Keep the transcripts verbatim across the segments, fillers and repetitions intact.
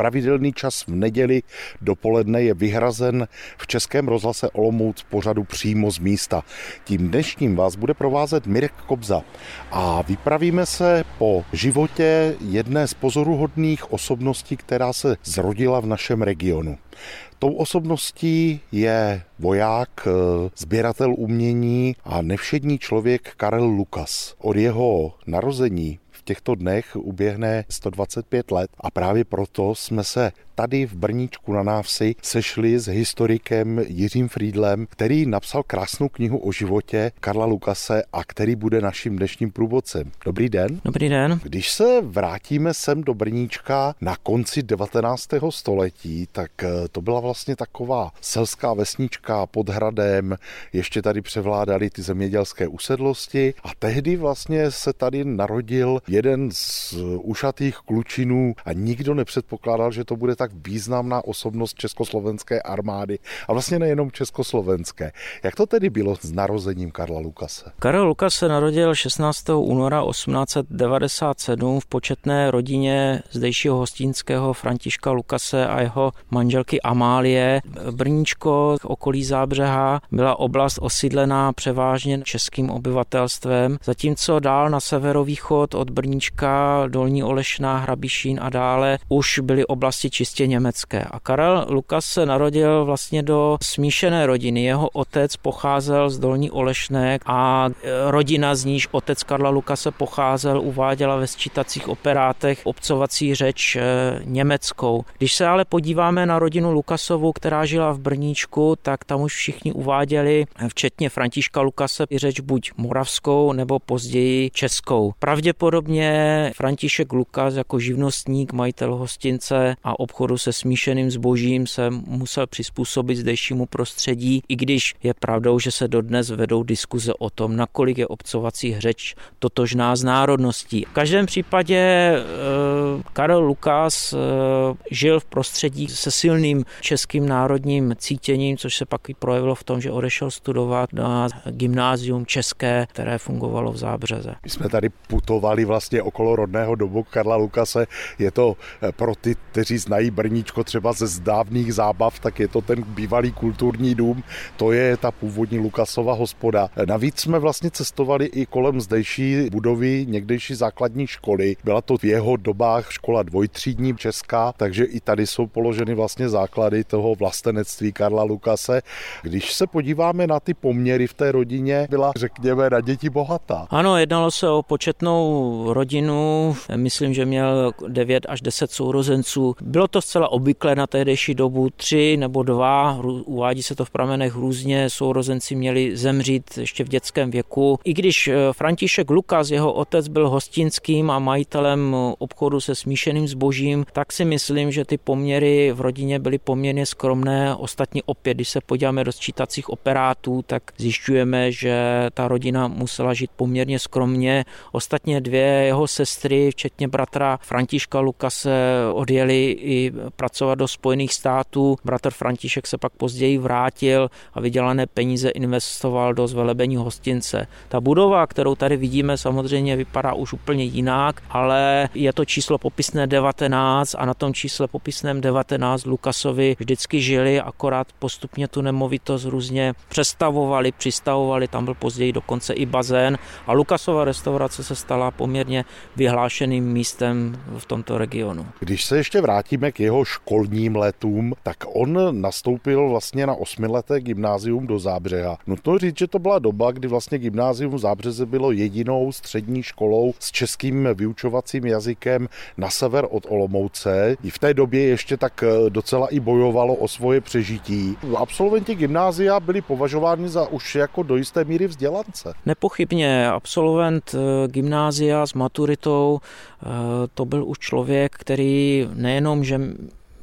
pravidelný čas v neděli dopoledne je vyhrazen v Českém rozhlase Olomouc v pořadu Přímo z místa. Tím dnešním vás bude provázet Mirek Kobza a vypravíme se po životě jedné z pozoruhodných osobností, která se zrodila v našem regionu. Tou osobností je voják, sběratel umění a nevšední člověk Karel Lukas. Od jeho narození v těchto dnech uběhne sto dvacet pět let a právě proto jsme se tady v Brníčku na Návsi sešli s historikem Jiřím Frýdlem, který napsal krásnou knihu o životě Karla Lukase a který bude naším dnešním průvodcem. Dobrý den. Dobrý den. Když se vrátíme sem do Brníčka na konci devatenáctého století, tak to byla vlastně taková selská vesnička pod hradem, ještě tady převládaly ty zemědělské usedlosti a tehdy vlastně se tady narodil jeden z ušatých klučinů a nikdo nepředpokládal, že to bude tak významná osobnost československé armády a vlastně nejenom československé. Jak to tedy bylo s narozením Karla Lukase? Karel Lukas se narodil šestnáctého února osmnáct set devadesát sedm v početné rodině zdejšího hostinského Františka Lukase a jeho manželky Amálie. Brníčko, okolí Zábřeha, byla oblast osídlená převážně českým obyvatelstvem, zatímco dál na severovýchod od Brníčka, Dolní Olešná, Hrabišín a dále už byly oblasti čistě německé. A Karel Lukas se narodil vlastně do smíšené rodiny. Jeho otec pocházel z Dolní Olešné a rodina, z níž otec Karla Lukase pocházel, uváděla ve sčítacích operátech obcovací řeč německou. Když se ale podíváme na rodinu Lukasovu, která žila v Brníčku, tak tam už všichni uváděli, včetně Františka Lukase, i řeč buď moravskou nebo později českou. Pravděpodobně František Lukas jako živnostník, majitel hostince a obchodu se smíšeným zbožím se musel přizpůsobit zdejšímu prostředí, i když je pravdou, že se dodnes vedou diskuze o tom, nakolik je obcovací řeč totožná s národností. V každém případě e, Karel Lukas e, žil v prostředí se silným českým národním cítěním, což se pak i projevilo v tom, že odešel studovat na gymnázium české, které fungovalo v Zábřeze. My jsme tady putovali vlastně okolo rodného domu Karla Lukase. Je to pro ty, kteří znají Brníčko třeba ze zdávných zábav, tak je to ten bývalý kulturní dům, to je ta původní Lukasova hospoda. Navíc jsme vlastně cestovali i kolem zdejší budovy někdejší základní školy. Byla to v jeho dobách škola dvojtřídní česká, takže i tady jsou položeny vlastně základy toho vlastenectví Karla Lukase. Když se podíváme na ty poměry v té rodině, byla, řekněme, na děti bohatá. Ano, jednalo se o početnou rodinu, myslím, že měl devět až deset sourozenců. Bylo to zcela obvyklé na tehdejší dobu, tři nebo dva, uvádí se to v pramenech různě, sourozenci měli zemřít ještě v dětském věku. I když František Lukas, jeho otec, byl hostinským a majitelem obchodu se smíšeným zbožím, tak si myslím, že ty poměry v rodině byly poměrně skromné. Ostatně opět, když se podíváme do sčítacích operátů, tak zjišťujeme, že ta rodina musela žít poměrně skromně. Ostatně dvě jeho sestry, včetně bratra Františka Lukase, odjeli i pracovat do Spojených států. Bratr František se pak později vrátil a vydělané peníze investoval do zvelebení hostince. Ta budova, kterou tady vidíme, samozřejmě vypadá už úplně jinak, ale je to číslo popisné devatenáct a na tom čísle popisném devatenáct Lukasovi vždycky žili, akorát postupně tu nemovitost různě přestavovali, přistavovali, tam byl později dokonce i bazén a Lukasova restaurace se stala poměrně vyhlášeným místem v tomto regionu. Když se ještě vrátíme k jeho školním letům, tak on nastoupil vlastně na osmileté gymnázium do Zábřeha. Nutno říct, že to byla doba, kdy vlastně gymnázium v Zábřeze bylo jedinou střední školou s českým vyučovacím jazykem na sever od Olomouce. I v té době ještě tak docela i bojovalo o svoje přežití. Absolventi gymnázia byli považováni za už jako do jisté míry vzdělance. Nepochybně absolvent gymnázia s maturitou, to byl už člověk, který nejenom, že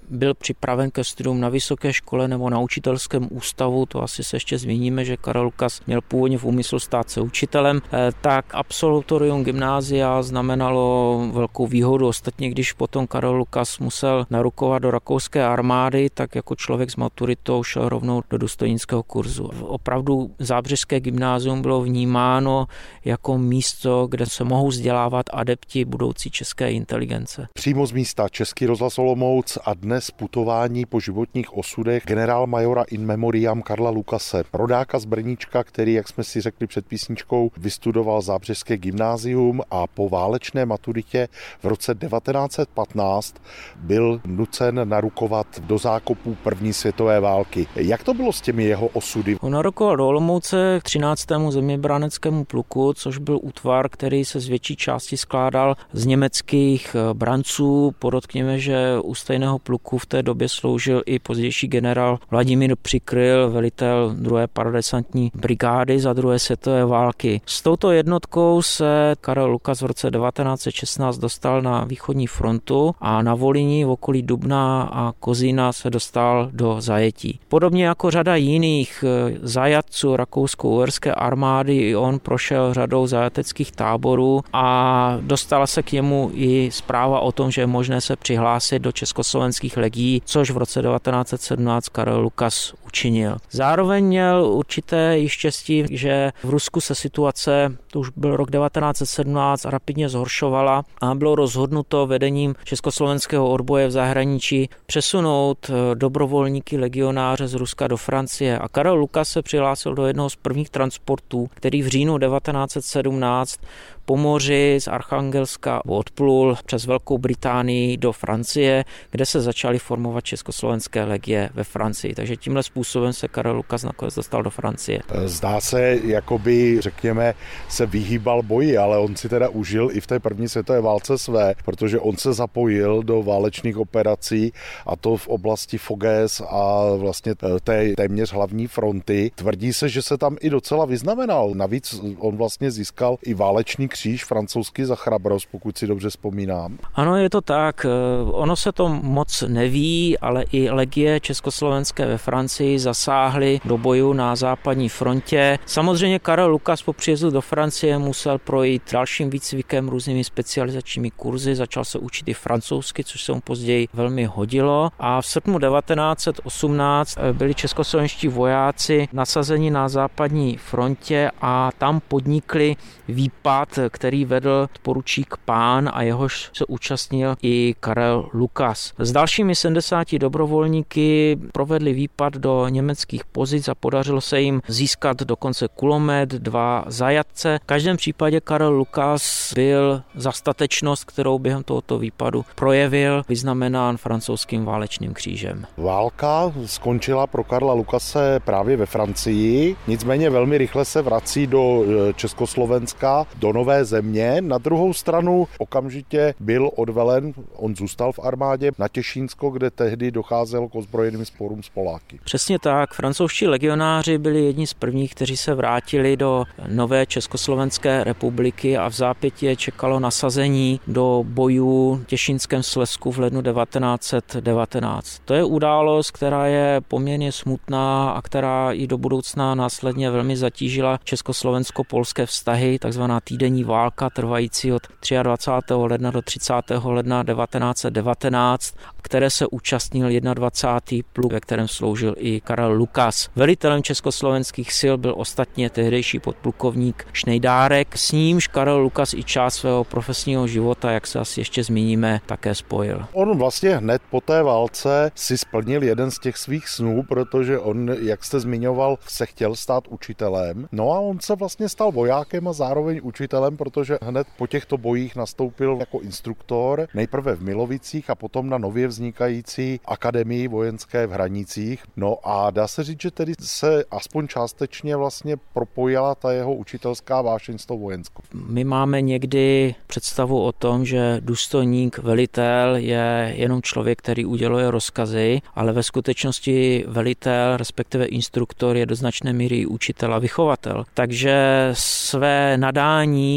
byl připraven ke studium na vysoké škole nebo na učitelském ústavu, to asi se ještě zmíníme, že Karel Lukas měl původně v úmyslu stát se učitelem, tak absolutorium gymnázia znamenalo velkou výhodu. Ostatně, když potom Karel Lukas musel narukovat do rakouské armády, tak jako člověk s maturitou šel rovnou do důstojnického kurzu. Opravdu Zábřežské gymnázium bylo vnímáno jako místo, kde se mohou vzdělávat adepti budoucí české inteligence. Přímo z místa Český rozhlas Olomouc a dnes putování po životních osudech generálmajora in memoriam Karla Lukase, rodáka z Brníčka, který, jak jsme si řekli před písničkou, vystudoval Zábřežské gymnázium a po válečné maturitě v roce devatenáct set patnáct byl nucen narukovat do zákopů první světové války. Jak to bylo s těmi jeho osudy? On narukoval do Olomouce k třináctému zeměbráneckému pluku, což byl útvar, který se z větší části skládal z německých branců. Podotkněme, že u stejného pluku v té době sloužil i pozdější generál Vladimír Přikryl, velitel druhé paradesantní brigády za druhé světové války. S touto jednotkou se Karel Lukas v roce devatenáct set šestnáct dostal na východní frontu a na Volyni v okolí Dubna a Kozína se dostal do zajetí. Podobně jako řada jiných zajatců rakousko-uherské armády, i on prošel řadou zajateckých táborů a dostala se k němu i zpráva o tom, že je možné se přihlásit do československých legií, což v roce devatenáct set sedmnáct Karel Lukas učinil. Zároveň měl určité i štěstí, že v Rusku se situace, to už byl rok devatenáct set sedmnáct, rapidně zhoršovala a bylo rozhodnuto vedením československého odboje v zahraničí přesunout dobrovolníky legionáře z Ruska do Francie. A Karel Lukas se přihlásil do jednoho z prvních transportů, který v říjnu devatenáct set sedmnáct po moři z Archangelska odplul přes Velkou Británii do Francie, kde se začaly formovat československé legie ve Francii. Takže tímhle způsobem se Karel Lukas nakonec dostal do Francie. Zdá se, jakoby, řekněme, se vyhýbal boji, ale on si teda užil i v té první světové válce své, protože on se zapojil do válečných operací, a to v oblasti Foges a vlastně té téměř hlavní fronty. Tvrdí se, že se tam i docela vyznamenal. Navíc on vlastně získal i válečný kříž francouzský za chrabrost, pokud si dobře vzpomínám. Ano, je to tak. Ono se to moc neví, ale i legie československé ve Francii zasáhly do bojů na západní frontě. Samozřejmě Karel Lukas po příjezdu do Francie musel projít dalším výcvikem, různými specializačními kurzy, začal se učit i francouzsky, což se mu později velmi hodilo. A v srpnu devatenáct set osmnáct byli českoslovenští vojáci nasazeni na západní frontě a tam podnikli výpad, který vedl poručík Pán a jehož se účastnil i Karel Lukas. S dalšími sedmdesáti dobrovolníky provedli výpad do německých pozic a podařilo se jim získat dokonce kulomet, dva zajatce. V každém případě Karel Lukas byl za statečnost, kterou během tohoto výpadu projevil, vyznamenán francouzským válečným křížem. Válka skončila pro Karla Lukase právě ve Francii, nicméně velmi rychle se vrací do Československa, do nové země. Na druhou stranu okamžitě byl odvelen, on zůstal v armádě na Těšínsko, kde tehdy docházelo k ozbrojeným sporům s Poláky. Přesně tak. Francouzští legionáři byli jedni z prvních, kteří se vrátili do nové Československé republiky a v zápětí je čekalo nasazení do bojů v Těšínském Slezsku v lednu devatenáct set devatenáct. To je událost, která je poměrně smutná a která i do budoucna následně velmi zatížila československo-polské vztahy, takzvaná týdenní válka trvající od dvacátého třetího ledna do třicátého ledna devatenáct set devatenáct, které se účastnil dvacátý první pluk, ve kterém sloužil i Karel Lukas. Velitelem československých sil byl ostatně tehdejší podplukovník Šnejdárek, s nímž Karel Lukas i část svého profesního života, jak se asi ještě zmíníme, také spojil. On vlastně hned po té válce si splnil jeden z těch svých snů, protože on, jak jste zmiňoval, se chtěl stát učitelem. No a on se vlastně stal vojákem a zároveň učitelem, protože hned po těchto bojích nastoupil jako instruktor, nejprve v Milovicích a potom na nově vznikající akademii vojenské v Hranicích. No a dá se říct, že tedy se aspoň částečně vlastně propojila ta jeho učitelská vášeň s tou vojenskou. My máme někdy představu o tom, že důstojník, velitel je jenom člověk, který uděluje rozkazy, ale ve skutečnosti velitel, respektive instruktor, je do značné míry učitel a vychovatel. Takže své nadání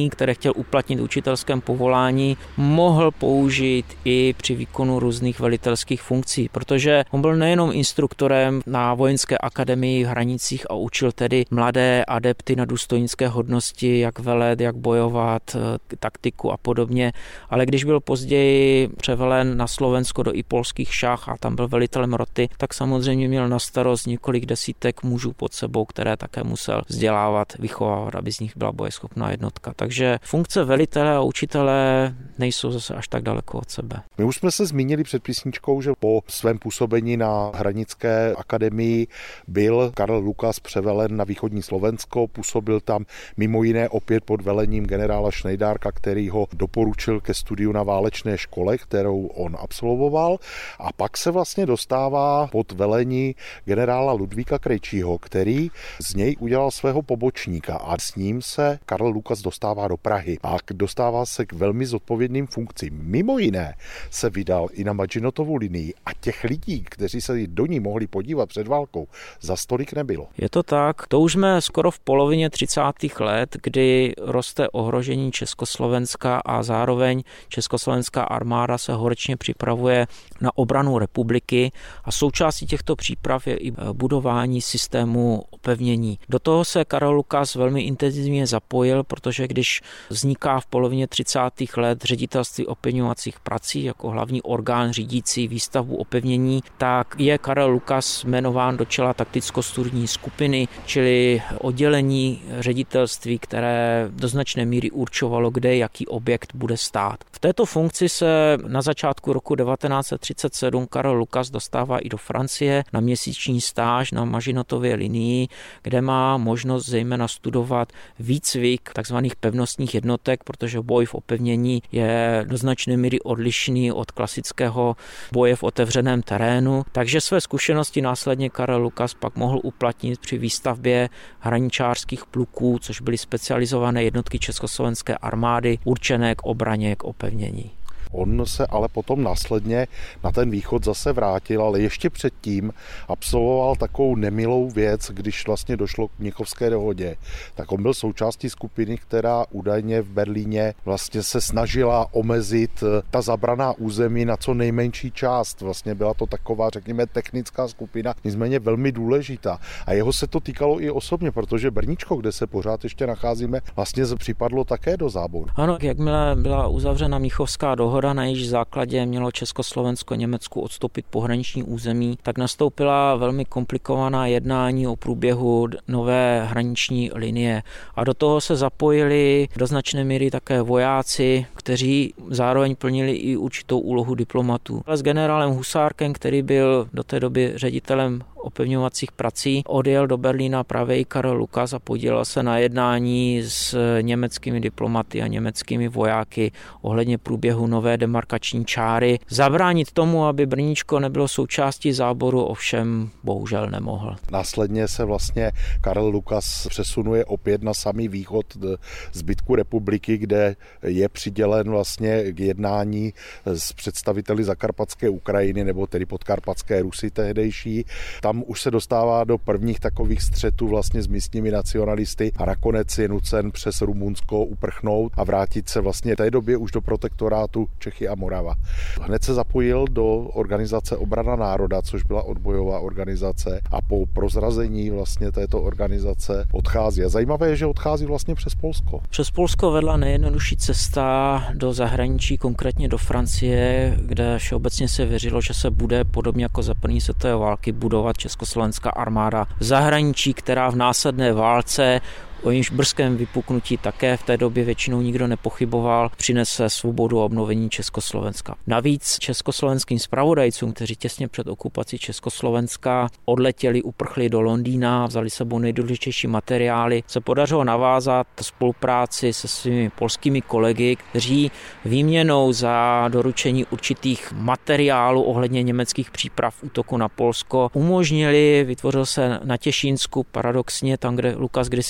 umění, které chtěl uplatnit v učitelském povolání, mohl použít i při výkonu různých velitelských funkcí, protože on byl nejenom instruktorem na vojenské akademii v Hranicích a učil tedy mladé adepty na důstojnické hodnosti, jak velet, jak bojovat, taktiku a podobně, ale když byl později převelen na Slovensko do Ipolských šach a tam byl velitelem roty, tak samozřejmě měl na starost několik desítek mužů pod sebou, které také musel vzdělávat, vychovávat, aby z nich byla bojeschopná jednotka. Takže funkce velitele a učitele nejsou zase až tak daleko od sebe. My už jsme se zmínili před písničkou, že po svém působení na Hranické akademii byl Karel Lukas převelen na východní Slovensko, působil tam mimo jiné opět pod velením generála Šnejdárka, který ho doporučil ke studiu na válečné škole, kterou on absolvoval, a pak se vlastně dostává pod velení generála Ludvíka Krejčího, který z něj udělal svého pobočníka a s ním se Karel Lukas dostává do Prahy. A dostává se k velmi zodpovědným funkcím. Mimo jiné se vydal i na Maginottovu linii a těch lidí, kteří se do ní mohli podívat před válkou, za stolik nebylo. Je to tak. To už jsme skoro v polovině třicátých let, kdy roste ohrožení Československa a zároveň československá armáda se horečně připravuje na obranu republiky a součástí těchto příprav je i budování systému opevnění. Do toho se Karel Lukas velmi intenzivně zapojil, protože když vzniká v polovině třicátých let ředitelství opevňovacích prací jako hlavní orgán řídící výstavbu opevnění, tak je Karel Lukas jmenován do čela takticko-studijní skupiny, čili oddělení ředitelství, které do značné míry určovalo, kde jaký objekt bude stát. V této funkci se na začátku roku devatenáct set třicet sedm Karel Lukas dostává i do Francie na měsíční stáž na Maginottově linii, kde má možnost zejména studovat výcvik takzvaných pevnostních jednotek, protože boj v opevnění je do značné míry odlišný od klasického boje v otevřeném terénu. Takže své zkušenosti následně Karel Lukas pak mohl uplatnit při výstavbě hraničářských pluků, což byly specializované jednotky československé armády určené k obraně, k opevnění. On se ale potom následně na ten východ zase vrátil, ale ještě předtím absolvoval takovou nemilou věc, když vlastně došlo k Mnichovské dohodě. Tak on byl součástí skupiny, která údajně v Berlíně vlastně se snažila omezit ta zabraná území na co nejmenší část. Vlastně byla to taková, řekněme, technická skupina, nicméně velmi důležitá. A jeho se to týkalo i osobně, protože Brníčko, kde se pořád ještě nacházíme, vlastně připadlo také do záboru. Ano, jakmile byla uzavřena Mnichovská dohoda, na jejíž základě mělo Československo Německu odstoupit pohraniční území, tak nastoupila velmi komplikovaná jednání o průběhu nové hraniční linie. A do toho se zapojili do značné míry také vojáci, kteří zároveň plnili i určitou úlohu diplomatů. S generálem Husárkem, který byl do té doby ředitelem opevňovacích prací, odjel do Berlína právě i Karel Lukas a podílel se na jednání s německými diplomaty a německými vojáky ohledně průběhu nové demarkační čáry. Zabránit tomu, aby Brníčko nebylo součástí záboru, ovšem bohužel nemohl. Následně se vlastně Karel Lukas přesunuje opět na samý východ zbytku republiky, kde je přidělen vlastně k jednání s představiteli zakarpatské Ukrajiny nebo tedy podkarpatské Rusy tehdejší. Tam už se dostává do prvních takových střetů vlastně s místními nacionalisty a nakonec je nucen přes Rumunsko uprchnout a vrátit se vlastně v té době už do protektorátu Čechy a Morava. Hned se zapojil do organizace Obrana národa, což byla odbojová organizace, a po prozrazení vlastně této organizace odchází. A zajímavé je, že odchází vlastně přes Polsko. Přes Polsko vedla nejjednodušší cesta do zahraničí, konkrétně do Francie, kde všeobecně se věřilo, že se bude podobně jako za první světové války budovat československá armáda v zahraničí, která v následné válce, o jejímž brzkém vypuknutí také v té době většinou nikdo nepochyboval, přinese svobodu a obnovení Československa. Navíc československým zpravodajcům, kteří těsně před okupací Československa odletěli, uprchli do Londýna, vzali sebou nejdůležitější materiály, se podařilo navázat spolupráci se svými polskými kolegy, kteří výměnou za doručení určitých materiálů ohledně německých příprav útoku na Polsko umožnili, vytvořil se na Těšínsku, paradoxně tam, kde Lukas kdysi válčil,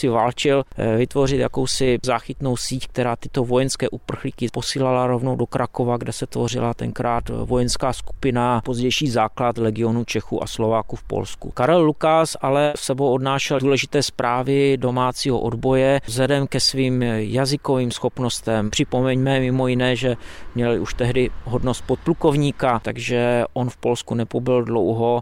stačil vytvořit jakousi záchytnou síť, která tyto vojenské uprchlíky posílala rovnou do Krakova, kde se tvořila tenkrát vojenská skupina, pozdější základ legionu Čechů a Slováků v Polsku. Karel Lukas ale s sebou odnášel důležité zprávy domácího odboje vzhledem ke svým jazykovým schopnostem. Připomeňme mimo jiné, že měl už tehdy hodnost podplukovníka, takže on v Polsku nepobyl dlouho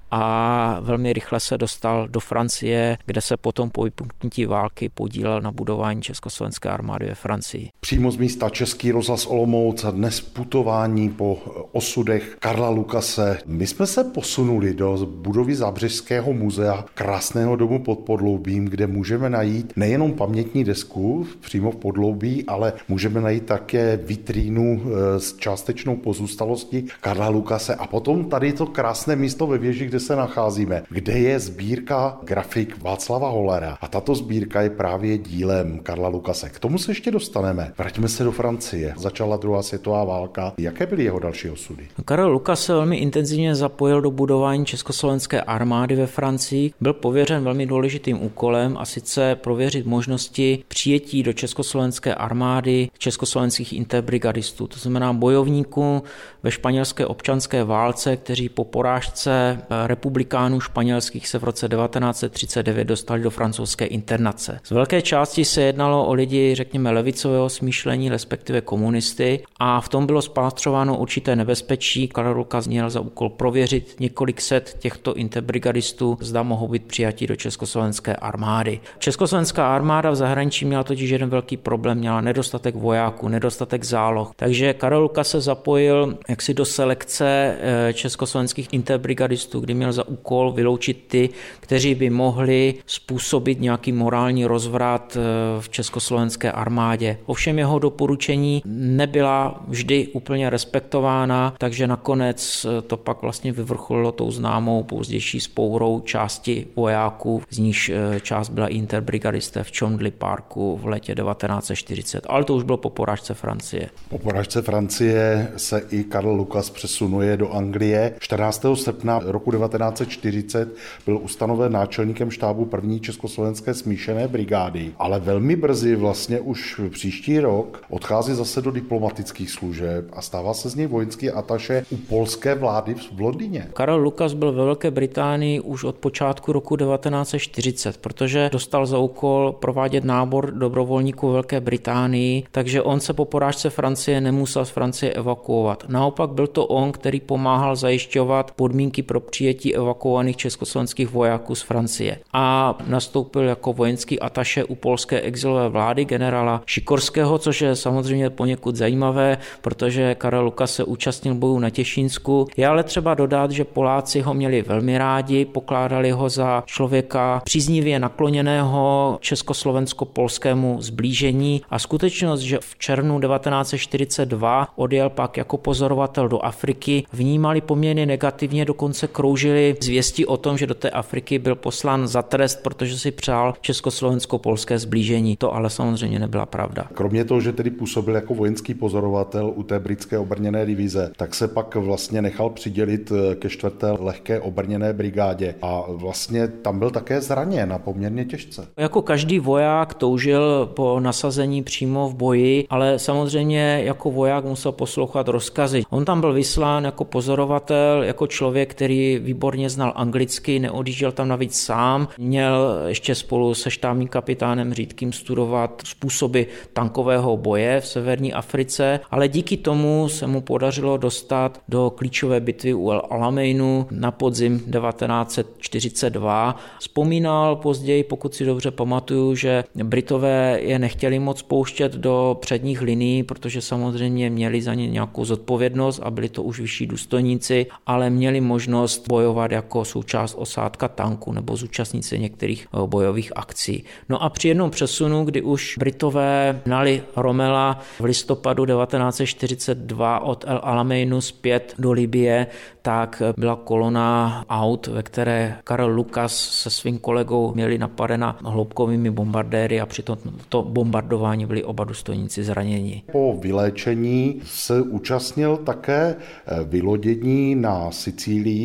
a velmi rychle se dostal do Francie, kde se potom po vypuknutí války podílel na budování československé armády ve Francii. Přímo z místa Český rozhlas Olomouc a dnes putování po osudech Karla Lukase. My jsme se posunuli do budovy Zábřežského muzea, krásného domu pod Podloubím, kde můžeme najít nejenom pamětní desku přímo v podloubí, ale můžeme najít také vitrínu s částečnou pozůstalostí Karla Lukase. A potom tady to krásné místo ve věži, kde se nacházíme, kde je sbírka grafik Václava Hollera. A tato sbírka je právě dílem Karla Lukase. K tomu se ještě dostaneme. Vraťme se do Francie. Začala druhá světová válka. Jaké byly jeho další osudy? Karel Lukas se velmi intenzivně zapojil do budování československé armády ve Francii. Byl pověřen velmi důležitým úkolem, a sice prověřit možnosti přijetí do československé armády československých interbrigadistů, to znamená bojovníků ve španělské občanské válce, kteří po porážce republikánů španělských se v roce devatenáct set třicet devět dostali do francouzské internace. Z velké části se jednalo o lidi, řekněme, levicového smýšlení, respektive komunisty, a v tom bylo spatřováno určité nebezpečí. Karel Lukas měl za úkol prověřit několik set těchto interbrigadistů, zda mohou být přijati do československé armády. Československá armáda v zahraničí měla totiž jeden velký problém, měla nedostatek vojáků, nedostatek záloh. Takže Karel Lukas se zapojil jaksi do selekce československých interbrigadistů, kdy měl za úkol vyloučit ty, kteří by mohli způsobit nějaký morální rozvrat v československé armádě. Ovšem jeho doporučení nebyla vždy úplně respektována, takže nakonec to pak vlastně vyvrcholilo tou známou pozdější vzpourou části vojáků, z níž část byla interbrigadisté v Chondley Parku v létě devatenáct set čtyřicet, ale to už bylo po porážce Francie. Po porážce Francie se i Karel Lukas přesunuje do Anglie. čtrnáctého srpna roku devatenáct set čtyřicet byl ustanoven náčelníkem štábu první československé smíšené brigády, ale velmi brzy, vlastně už příští rok, odchází zase do diplomatických služeb a stává se z něj vojenský ataše u polské vlády v Londýně. Karel Lukas byl ve Velké Británii už od počátku roku devatenáct set čtyřicet, protože dostal za úkol provádět nábor dobrovolníků v Velké Británii, takže on se po porážce Francie nemusel z Francie evakuovat. Naopak byl to on, který pomáhal zajišťovat podmínky pro přijetí evakuovaných československých vojáků z Francie. A nastoupil jako vojenský ataše u polské exilové vlády generála Šikorského, což je samozřejmě poněkud zajímavé, protože Karel Lukas se účastnil bojů na Těšínsku. Je ale třeba dodat, že Poláci ho měli velmi rádi, pokládali ho za člověka příznivě nakloněného československo-polskému zblížení, a skutečnost, že v červnu devatenáct set čtyřicet dva odjel pak jako pozorovatel do Afriky, vnímali poměrně negativně, dokonce kroužily zvěsti o tom, že do té Afriky byl poslán za trest, protože si přál československo-polské zblížení. To ale samozřejmě nebyla pravda. Kromě toho, že tedy působil jako vojenský pozorovatel u té britské obrněné divize, tak se pak vlastně nechal přidělit ke čtvrté lehké obrněné brigádě a vlastně tam byl také zraněn a poměrně těžce. Jako každý voják toužil po nasazení přímo v boji, ale samozřejmě jako voják musel poslouchat rozkazy. On tam byl vyslán jako pozorovatel, jako člověk, který výborně znal anglicky, neodjížděl tam navíc sám, měl ještě spolu se štábním kapitánem Řídkým studovat způsoby tankového boje v severní Africe, ale díky tomu se mu podařilo dostat do klíčové bitvy u El Alameinu na podzim devatenáct set čtyřicet dva. Vzpomínal později, pokud si dobře pamatuju, že Britové je nechtěli moc pouštět do předních linií, protože samozřejmě měli za ně nějakou zodpovědnost a byli to už vyšší důstojníci, ale měli možnost bojovat jako součást osádka tanku nebo zúčastnit se některých bojových akcí. No a při jednom přesunu, kdy už Britové hnali Romela v listopadu devatenáct set čtyřicet dva od El Alameinu zpět do Libye, tak byla kolona aut, ve které Karel Lukas se svým kolegou měli napadena hloubkovými bombardéry a při tomto bombardování byli oba důstojníci zraněni. Po vyléčení se účastnil také vylodění na Sicílii a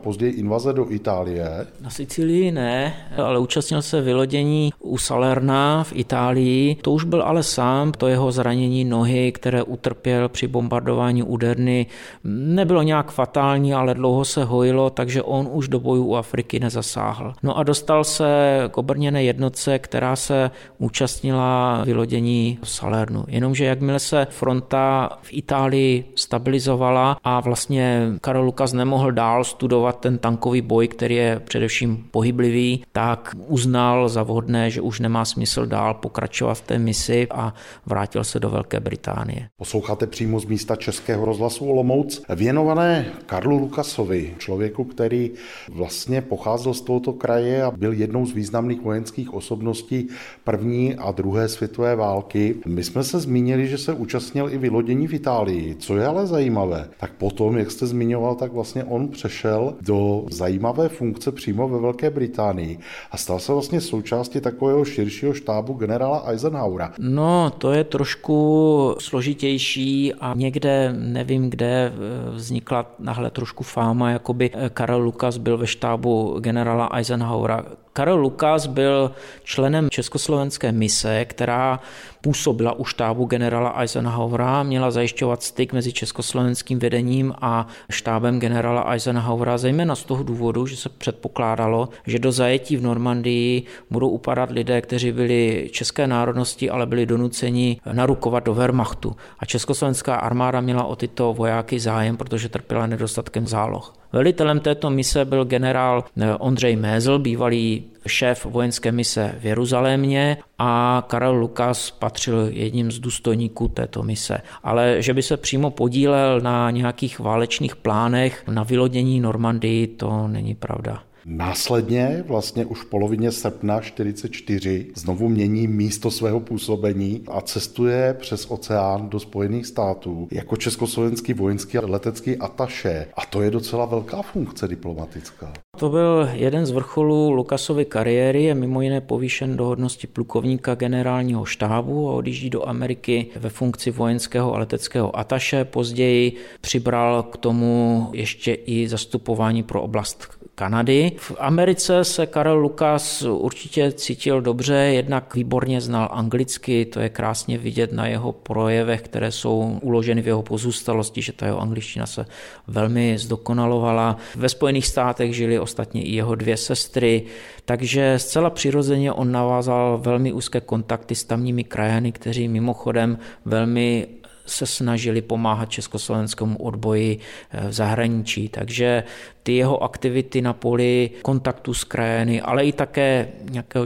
později invaze do Itálie? Na Sicílii ne, ale účastnil se vylodění u Salerna v Itálii. To už byl ale sám, to jeho zranění nohy, které utrpěl při bombardování u Derny, nebylo nějak fatální, ale dlouho se hojilo, takže on už do bojů u Afriky nezasáhl. No a dostal se k obrněné jednotce, která se účastnila vylodění v Salernu. Jenomže jakmile se fronta v Itálii stabilizovala a vlastně Karel Lukas nemohl dál studovat ten tankový boj, který je především pohyblivý, tak uznal za vhodné, že už nemá smysl dál pokračovat v té misi a vrátil se do Velké Británie. Posloucháte přímo z místa Českého rozhlasu Olomouc, věnované Karlu Lukasovi, člověku, který vlastně pocházel z tohoto kraje a byl jednou z významných vojenských osobností první a druhé světové války. My jsme se zmínili, že se účastnil i vylodění v Itálii. Co je ale zajímavé, tak potom, jak jste zmiňoval, tak vlastně on přešel do zajímavé funkce přímo ve Velké Británii a stal se vlastně součástí takového širšího štábu generála Eisenhowera. No, to je trošku složitější a někde, nevím kde, vznikla nahle trošku fáma, jakoby Karel Lukas byl ve štábu generála Eisenhowera. Karel Lukas byl členem československé mise, která působila u štábu generála Eisenhowera, měla zajišťovat styk mezi československým vedením a štábem generála Eisenhowera, zejména z toho důvodu, že se předpokládalo, že do zajetí v Normandii budou upadat lidé, kteří byli české národnosti, ale byli donuceni narukovat do Wehrmachtu. A československá armáda měla o tyto vojáky zájem, protože trpěla nedostatkem záloh. Velitelem této mise byl generál Ondřej Mézl, bývalý šéf vojenské mise v Jeruzalémě, a Karel Lukas patřil jedním z důstojníků této mise. Ale že by se přímo podílel na nějakých válečných plánech na vylodění Normandii, to není pravda. Následně vlastně už v polovině srpna čtyřicet čtyři znovu mění místo svého působení a cestuje přes oceán do Spojených států jako československý vojenský a letecký ataše. A to je docela velká funkce diplomatická. To byl jeden z vrcholů Lukasovy kariéry, je mimo jiné povýšen do hodnosti plukovníka generálního štábu a odjíždí do Ameriky ve funkci vojenského a leteckého ataše. Později přibral k tomu ještě i zastupování pro oblast Kanady. V Americe se Karel Lukas určitě cítil dobře, jednak výborně znal anglicky, to je krásně vidět na jeho projevech, které jsou uloženy v jeho pozůstalosti, že ta jeho angličtina se velmi zdokonalovala. Ve Spojených státech žili ostatně i jeho dvě sestry, takže zcela přirozeně on navázal velmi úzké kontakty s tamními krajany, kteří mimochodem velmi se snažili pomáhat československému odboji v zahraničí. Takže ty jeho aktivity na poli kontaktu s krajany, ale i také nějakého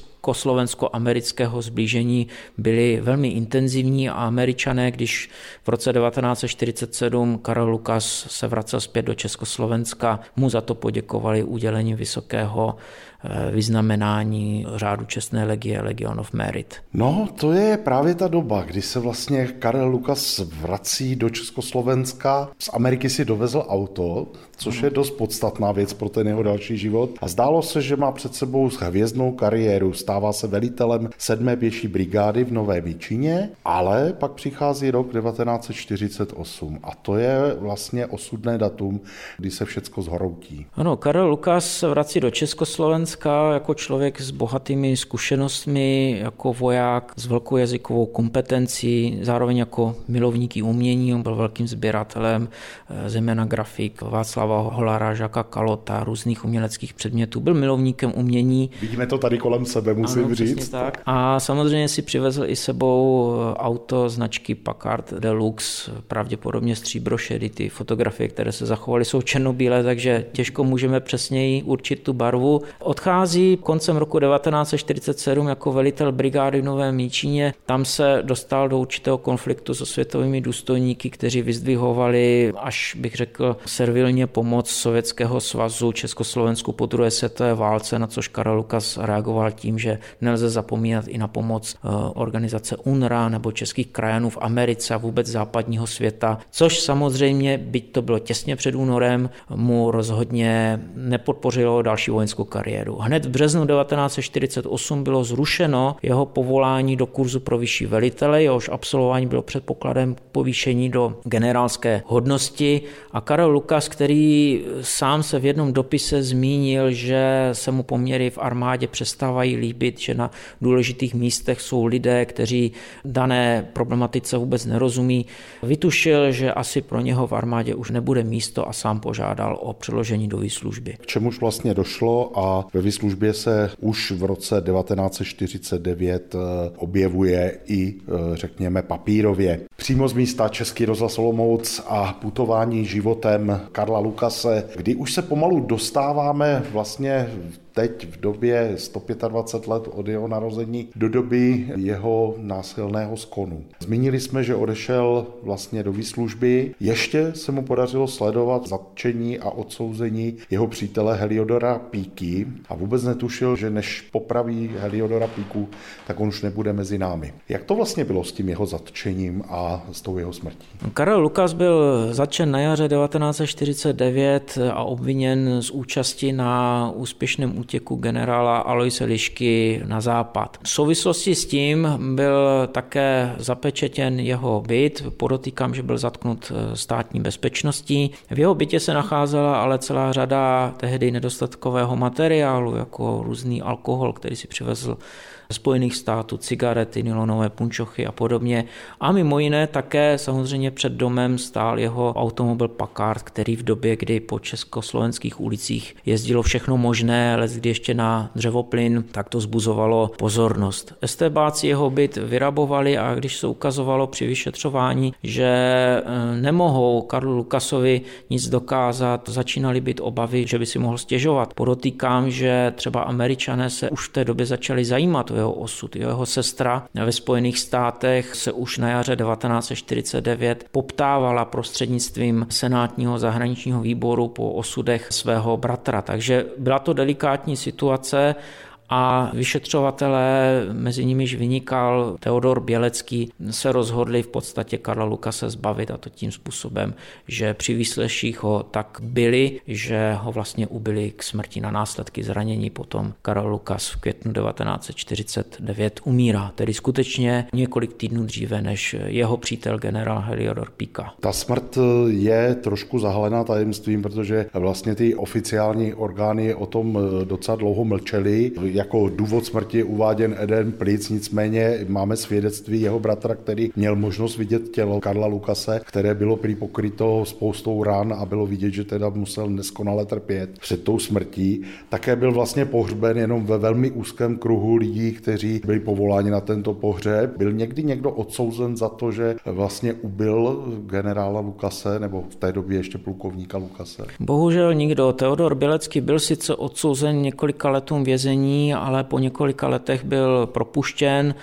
československo-amerického zblížení byly velmi intenzivní a Američané, když v roce devatenáct set čtyřicet sedm Karel Lukas se vracel zpět do Československa, mu za to poděkovali udělením vysokého vyznamenání řádu čestné legie Legion of Merit. No, to je právě ta doba, kdy se vlastně Karel Lukas vrací do Československa. Z Ameriky si dovezl auto, což je dost podstatná věc pro ten jeho další život. A zdálo se, že má před sebou hvězdnou kariéru. Stává se velitelem sedmé pěší brigády v Nové Vyčíně, ale pak přichází rok devatenáct set čtyřicet osm a to je vlastně osudné datum, kdy se všecko zhroutí. Ano, Karel Lukas se vrací do Československa jako člověk s bohatými zkušenostmi, jako voják s velkou jazykovou kompetencí, zároveň jako milovník umění, on byl velkým sběratelem, zejména grafik Václava Holára, Žaka Kalota, různých uměleckých předmětů, byl milovníkem umění. Vidíme to tady kolem sebe, musím ano, říct. Tak. A samozřejmě si přivezl i sebou auto značky Packard Deluxe, pravděpodobně stříbrošedy, ty fotografie, které se zachovaly, jsou černobílé, takže těžko můžeme přesněji určit tu barvu. Odchází koncem roku devatenáct set čtyřicet sedm jako velitel brigády v Novém Míčíně. Tam se dostal do určitého konfliktu so světovými důstojníky, kteří vyzdvihovali, až bych řekl, servilně pomoc Sovětského svazu Československu po druhé světové válce, na což Karel Lukas reagoval tím, že že nelze zapomínat i na pomoc organizace U N R W A nebo českých krajanů v Americe a vůbec západního světa, což samozřejmě, byť to bylo těsně před únorem, mu rozhodně nepodpořilo další vojenskou kariéru. Hned v březnu devatenáct set čtyřicet osm bylo zrušeno jeho povolání do kurzu pro vyšší velitele, jehož absolvování bylo předpokladem povýšení do generálské hodnosti a Karel Lukas, který sám se v jednom dopise zmínil, že se mu poměry v armádě přestávají líbit, že na důležitých místech jsou lidé, kteří dané problematice vůbec nerozumí, vytušil, že asi pro něho v armádě už nebude místo a sám požádal o předložení do výslužby. K čemuž vlastně došlo a ve výslužbě se už v roce devatenáct set čtyřicet devět objevuje i, řekněme, papírově. Přímo z místa Český rozhlas Olomouc a putování životem Karla Lukase, kdy už se pomalu dostáváme vlastně teď v době sto dvacet pět let od jeho narození do doby jeho násilného skonu. Zmínili jsme, že odešel vlastně do výslužby. Ještě se mu podařilo sledovat zatčení a odsouzení jeho přítele Heliodora Píky a vůbec netušil, že než popraví Heliodora Píku, tak on už nebude mezi námi. Jak to vlastně bylo s tím jeho zatčením a s tou jeho smrtí? Karel Lukas byl zatčen na jaře devatenáct set čtyřicet devět a obviněn z účasti na úspěšném útěku generála Aloise Lišky na západ. V souvislosti s tím byl také zapečetěn jeho byt, podotýkám, že byl zatknut státní bezpečností. V jeho bytě se nacházela ale celá řada tehdy nedostatkového materiálu, jako různý alkohol, který si přivezl ze Spojených států, cigarety, nylonové punčochy a podobně. A mimo jiné také samozřejmě před domem stál jeho automobil Packard, který v době, kdy po československých ulicích jezdilo všechno možné, ale kdy ještě na dřevoplyn, tak to zbuzovalo pozornost. Estébáci jeho byt vyrabovali a když se ukazovalo při vyšetřování, že nemohou Karlu Lukasovi nic dokázat, začínaly být obavy, že by si mohl stěžovat. Podotýkám, že třeba Američané se už v té době začali zajímat o jeho osud. Jeho sestra ve Spojených státech se už na jaře devatenáct set čtyřicet devět poptávala prostřednictvím senátního zahraničního výboru po osudech svého bratra. Takže byla to delikátní situace a vyšetřovatelé, mezi nimiž vynikal Teodor Bělecký, se rozhodli v podstatě Karla Lukase zbavit, a to tím způsobem, že při výsleších ho tak byli, že ho vlastně ubili k smrti na následky zranění. Potom Karel Lukas v květnu devatenáct set čtyřicet devět umírá, tedy skutečně několik týdnů dříve než jeho přítel generál Heliodor Píka. Ta smrt je trošku zahalená tajemstvím, protože vlastně ty oficiální orgány o tom docela dlouho mlčely. Jako důvod smrti je uváděn edém plic, nicméně máme svědectví jeho bratra, který měl možnost vidět tělo Karla Lukase, které bylo prý pokryto spoustou ran a bylo vidět, že teda musel neskonale trpět před tou smrtí. Také byl vlastně pohřben jenom ve velmi úzkém kruhu lidí, kteří byli povoláni na tento pohřeb. Byl někdy někdo odsouzen za to, že vlastně ubil generála Lukase, nebo v té době ještě plukovníka Lukase? Bohužel nikdo. Teodor Bělecký byl sice odsouzen několika letům vězení, ale po několika letech byl propuštěn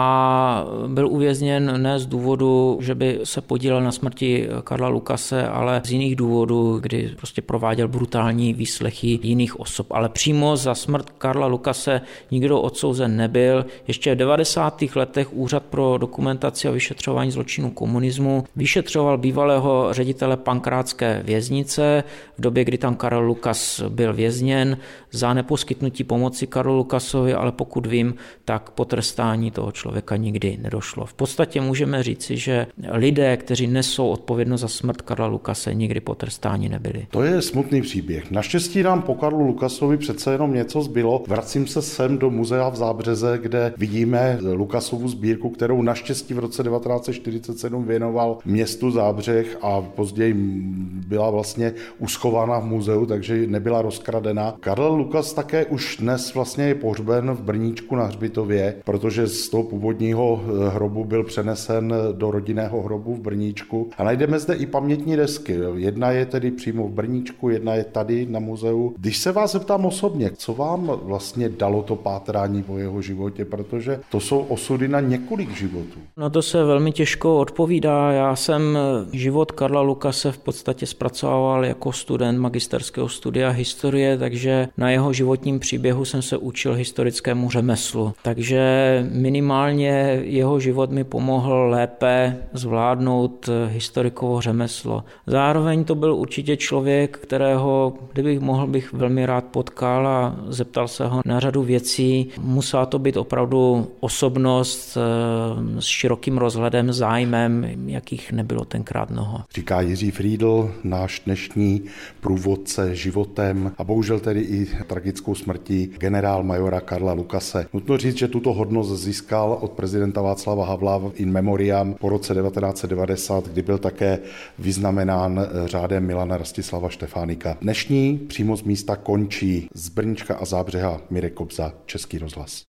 a byl uvězněn ne z důvodu, že by se podílel na smrti Karla Lukase, ale z jiných důvodů, kdy prostě prováděl brutální výslechy jiných osob. Ale přímo za smrt Karla Lukase nikdo odsouzen nebyl. Ještě v devadesátých letech Úřad pro dokumentaci a vyšetřování zločinů komunismu vyšetřoval bývalého ředitele Pankrátské věznice v době, kdy tam Karel Lukas byl vězněn za neposkytnutí pomoci Karlu Lukasovi, ale pokud vím, tak potrestání toho člověka nikdy nedošlo. V podstatě můžeme říci, že lidé, kteří nesou odpovědnost za smrt Karla Lukase, nikdy potrestáni nebyli. To je smutný příběh. Naštěstí nám po Karlu Lukasovi přece jenom něco zbylo. Vracím se sem do muzea v Zábřeze, kde vidíme Lukasovu sbírku, kterou naštěstí v roce devatenáct set čtyřicet sedm věnoval městu Zábřeh a později byla vlastně uschována v muzeu, takže nebyla rozkradena. Karel Lukas také už dnes vlastně je pohřben v Brníčku na hřbitově, protože z toho původního hrobu byl přenesen do rodinného hrobu v Brníčku. A najdeme zde i pamětní desky. Jedna je tedy přímo v Brníčku, jedna je tady na muzeu. Když se vás zeptám osobně, co vám vlastně dalo to pátrání o jeho životě, protože to jsou osudy na několik životů. No to se velmi těžko odpovídá. Já jsem život Karla Lucase v podstatě zpracovával jako student magisterského studia historie, takže na jeho životním příběhu jsem se učil historickému řemeslu. Takže minimálně jeho život mi pomohl lépe zvládnout historikovo řemeslo. Zároveň to byl určitě člověk, kterého, kdybych mohl, bych velmi rád potkal a zeptal se ho na řadu věcí. Musela to být opravdu osobnost s širokým rozhledem, zájmem, jakých nebylo tenkrát mnoho. Říká Jiří Frýdl, náš dnešní průvodce životem a bohužel tedy i tragickou smrtí generál majora Karla Lucase. Nutno říct, že tuto hodnost získal od prezidenta Václava Havla in memoriam po roce devatenáct set devadesát, kdy byl také vyznamenán řádem Milana Rastislava Štefánika. Dnešní přímo z místa končí z Brníčka a Zábřeha Mirek Kobza, Český rozhlas.